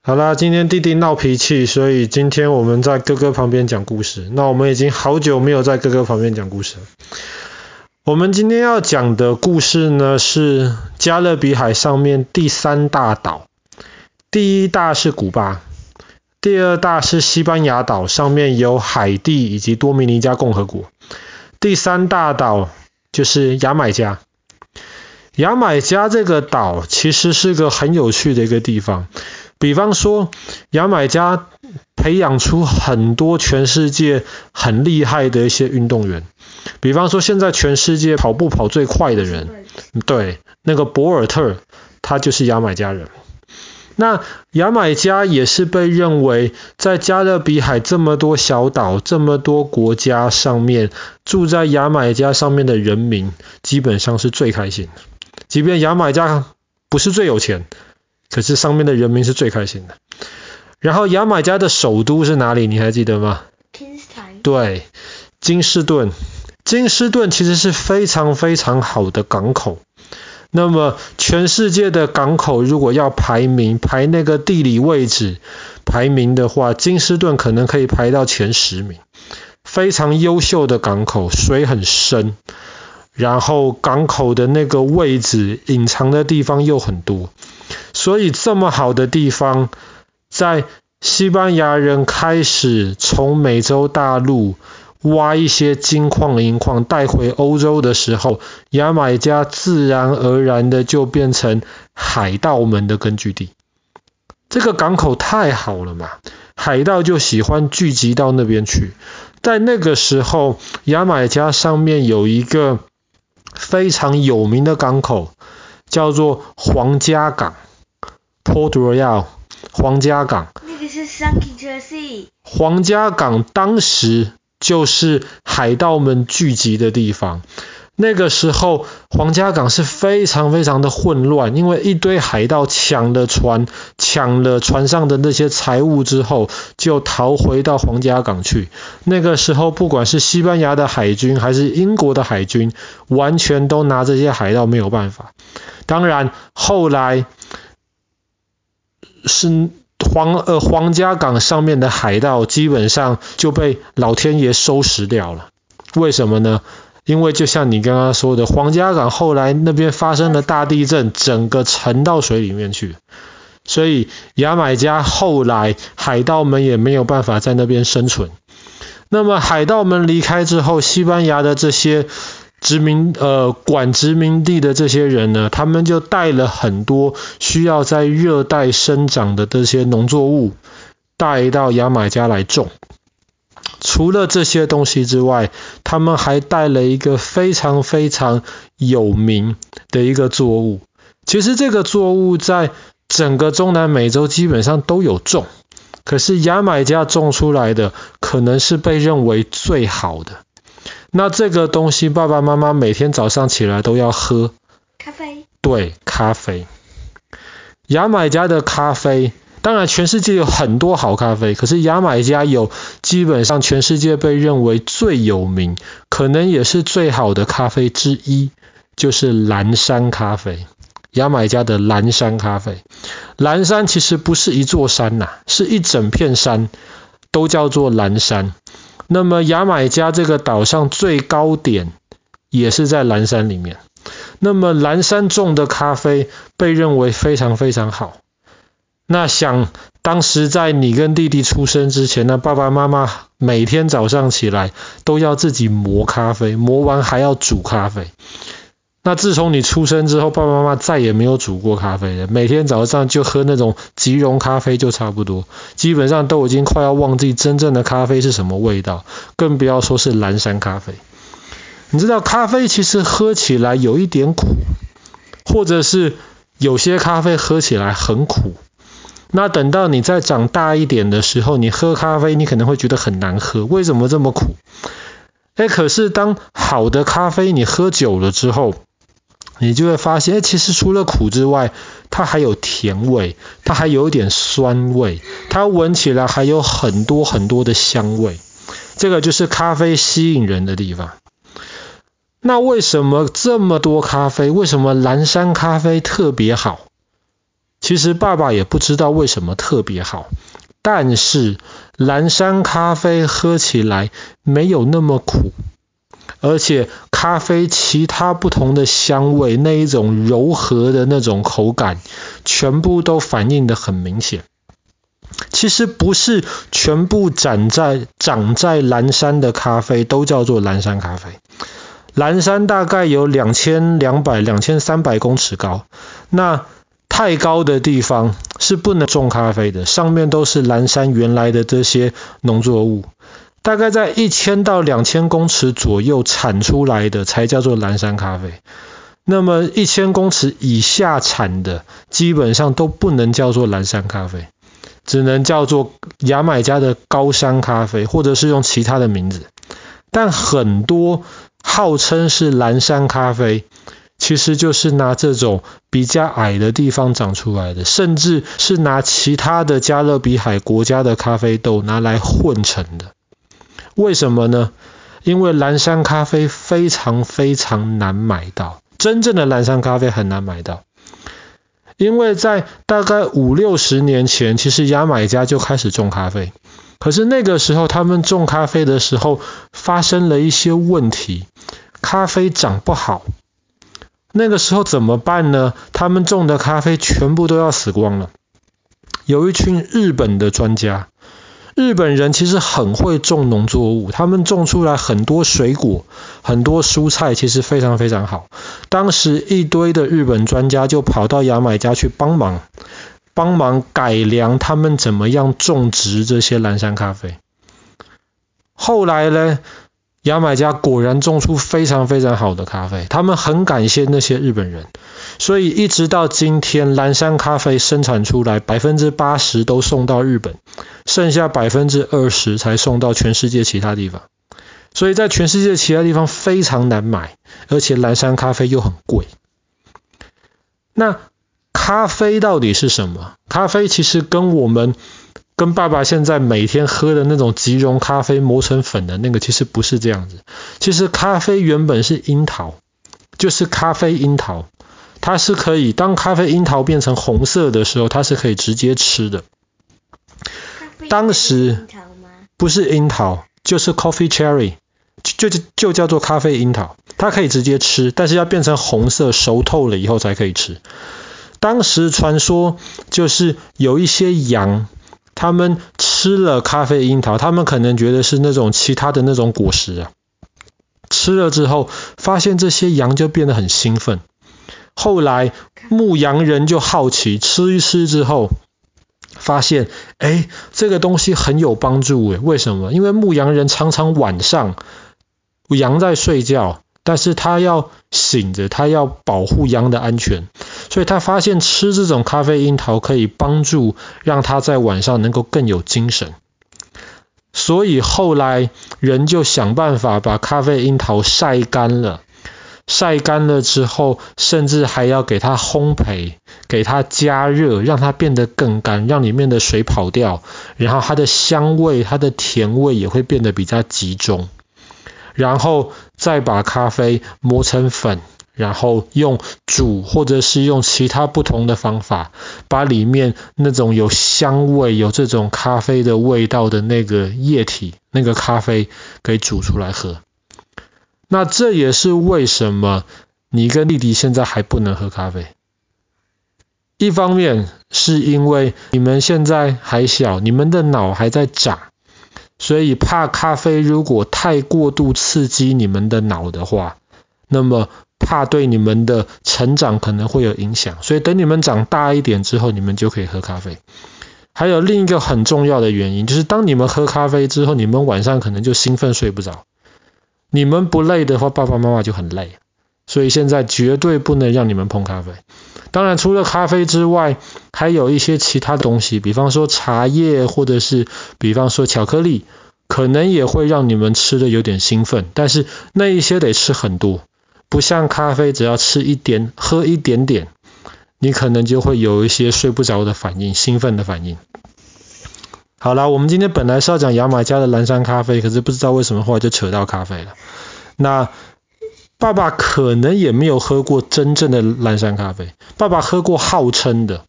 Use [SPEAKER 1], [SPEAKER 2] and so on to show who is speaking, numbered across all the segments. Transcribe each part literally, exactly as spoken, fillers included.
[SPEAKER 1] 好啦，今天弟弟闹脾气，所以今天我们在哥哥旁边讲故事。那我们已经好久没有在哥哥旁边讲故事了。我们今天要讲的故事呢，是加勒比海上面第三大岛。第一大是古巴，第二大是西班牙岛，上面有海地以及多米尼加共和国。第三大岛就是牙买加。牙买加这个岛其实是个很有趣的一个地方。比方说，牙买加培养出很多全世界很厉害的一些运动员。比方说，现在全世界跑步跑最快的人，对，那个博尔特，他就是牙买加人。那牙买加也是被认为在加勒比海这么多小岛、这么多国家上面，住在牙买加上面的人民基本上是最开心的。即便牙买加不是最有钱，可是上面的人民是最开心的。然后牙买加的首都是哪里？你还记得吗？对，金士顿。金士顿其实是非常非常好的港口。那么全世界的港口如果要排名，排那个地理位置排名的话，金士顿可能可以排到前十名。非常优秀的港口，水很深，然后港口的那个位置隐藏的地方又很多。所以这么好的地方，在西班牙人开始从美洲大陆挖一些金矿银矿带回欧洲的时候，牙买加自然而然的就变成海盗们的根据地。这个港口太好了嘛，海盗就喜欢聚集到那边去。在那个时候，牙买加上面有一个非常有名的港口，叫做皇家港 Port Royal 皇家港。
[SPEAKER 2] 那个是 Sunken Jersey。
[SPEAKER 1] 皇家港当时就是海盗们聚集的地方。那个时候皇家港是非常非常的混乱，因为一堆海盗抢了船，抢了船上的那些财物之后，就逃回到皇家港去。那个时候不管是西班牙的海军还是英国的海军，完全都拿这些海盗没有办法。当然后来是皇呃皇家港上面的海盗基本上就被老天爷收拾掉了。为什么呢？因为就像你刚刚说的，皇家港后来那边发生了大地震，整个沉到水里面去。所以牙买加后来海盗们也没有办法在那边生存。那么海盗们离开之后，西班牙的这些殖民呃管殖民地的这些人呢，他们就带了很多需要在热带生长的这些农作物带到牙买加来种。除了这些东西之外，他们还带了一个非常非常有名的一个作物。其实这个作物在整个中南美洲基本上都有种，可是牙买加种出来的可能是被认为最好的。那这个东西爸爸妈妈每天早上起来都要喝
[SPEAKER 2] 咖啡。
[SPEAKER 1] 对，咖啡。牙买加的咖啡，当然全世界有很多好咖啡，可是牙买加有基本上全世界被认为最有名，可能也是最好的咖啡之一，就是蓝山咖啡。牙买加的蓝山咖啡，蓝山其实不是一座山呐、啊，是一整片山，都叫做蓝山。那么牙买加这个岛上最高点也是在蓝山里面。那么蓝山种的咖啡被认为非常非常好。那想当时在你跟弟弟出生之前呢，爸爸妈妈每天早上起来都要自己磨咖啡，磨完还要煮咖啡。那自从你出生之后，爸爸妈妈再也没有煮过咖啡了，每天早上就喝那种即溶咖啡就差不多，基本上都已经快要忘记真正的咖啡是什么味道，更不要说是蓝山咖啡。你知道咖啡其实喝起来有一点苦，或者是有些咖啡喝起来很苦。那等到你再长大一点的时候，你喝咖啡你可能会觉得很难喝，为什么这么苦？诶，可是当好的咖啡你喝久了之后，你就会发现，其实除了苦之外，它还有甜味，它还有一点酸味，它闻起来还有很多很多的香味。这个就是咖啡吸引人的地方。那为什么这么多咖啡？为什么蓝山咖啡特别好？ 其实爸爸也不知道为什么特别好，但是蓝山咖啡喝起来没有那么苦，而且咖啡其他不同的香味，那一种柔和的那种口感，全部都反映得很明显。其实不是全部长在长在蓝山的咖啡都叫做蓝山咖啡。蓝山大概有两千两百、两千三百公尺高，那太高的地方是不能种咖啡的，上面都是蓝山原来的这些农作物。大概在一千到两千公尺左右产出来的才叫做蓝山咖啡。那么一千公尺以下产的基本上都不能叫做蓝山咖啡，只能叫做牙买加的高山咖啡，或者是用其他的名字。但很多号称是蓝山咖啡，其实就是拿这种比较矮的地方长出来的，甚至是拿其他的加勒比海国家的咖啡豆拿来混成的。为什么呢？因为蓝山咖啡非常非常难买到，真正的蓝山咖啡很难买到。因为在大概五六十年前，其实牙买加就开始种咖啡，可是那个时候他们种咖啡的时候发生了一些问题，咖啡长不好。那个时候怎么办呢？他们种的咖啡全部都要死光了。有一群日本的专家，日本人其实很会种农作物，他们种出来很多水果，很多蔬菜，其实非常非常好。当时一堆的日本专家就跑到牙买加去帮忙，帮忙改良他们怎么样种植这些蓝山咖啡。后来呢，牙买加果然种出非常非常好的咖啡，他们很感谢那些日本人，所以一直到今天，蓝山咖啡生产出来 百分之八十 都送到日本，剩下 百分之二十 才送到全世界其他地方。所以在全世界其他地方非常难买，而且蓝山咖啡又很贵。那咖啡到底是什么？咖啡其实跟我们跟爸爸现在每天喝的那种即溶咖啡磨成粉的那个其实不是这样子。其实咖啡原本是樱桃，就是咖啡樱桃，它是可以当咖啡樱桃变成红色的时候，它是可以直接吃的。当时不是樱桃，就是 coffee cherry， 就, 就, 就叫做咖啡樱桃，它可以直接吃，但是要变成红色熟透了以后才可以吃。当时传说就是有一些羊，他们吃了咖啡樱桃，他们可能觉得是那种其他的那种果实啊，吃了之后发现这些羊就变得很兴奋。后来牧羊人就好奇，吃一吃之后发现，哎，这个东西很有帮助诶。为什么？因为牧羊人常常晚上羊在睡觉，但是他要醒着，他要保护羊的安全，所以他发现吃这种咖啡樱桃可以帮助让他在晚上能够更有精神。所以后来人就想办法把咖啡樱桃晒干了，晒干了之后甚至还要给它烘焙，给它加热，让它变得更干，让里面的水跑掉，然后它的香味，它的甜味也会变得比较集中，然后再把咖啡磨成粉，然后用煮或者是用其他不同的方法，把里面那种有香味，有这种咖啡的味道的那个液体，那个咖啡给煮出来喝。那这也是为什么你跟弟弟现在还不能喝咖啡。一方面是因为你们现在还小，你们的脑还在长，所以怕咖啡如果太过度刺激你们的脑的话，那么怕对你们的成长可能会有影响，所以等你们长大一点之后，你们就可以喝咖啡。还有另一个很重要的原因，就是当你们喝咖啡之后，你们晚上可能就兴奋睡不着。你们不累的话，爸爸妈妈就很累，所以现在绝对不能让你们碰咖啡。当然除了咖啡之外，还有一些其他东西，比方说茶叶，或者是比方说巧克力，可能也会让你们吃的有点兴奋，但是那一些得吃很多，不像咖啡只要吃一点，喝一点点，你可能就会有一些睡不着的反应，兴奋的反应。好啦，我们今天本来是要讲牙买加的蓝山咖啡，可是不知道为什么后来就扯到咖啡了。那爸爸可能也没有喝过真正的蓝山咖啡，爸爸喝过号称的，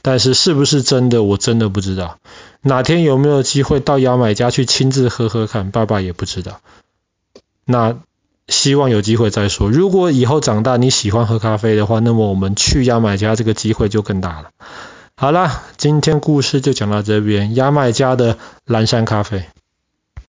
[SPEAKER 1] 但是是不是真的我真的不知道。哪天有没有机会到牙买加去亲自喝喝看，爸爸也不知道。那希望有机会再说。如果以后长大你喜欢喝咖啡的话，那么我们去牙买加这个机会就更大了。好啦，今天故事就讲到这边，牙买加的蓝山咖啡。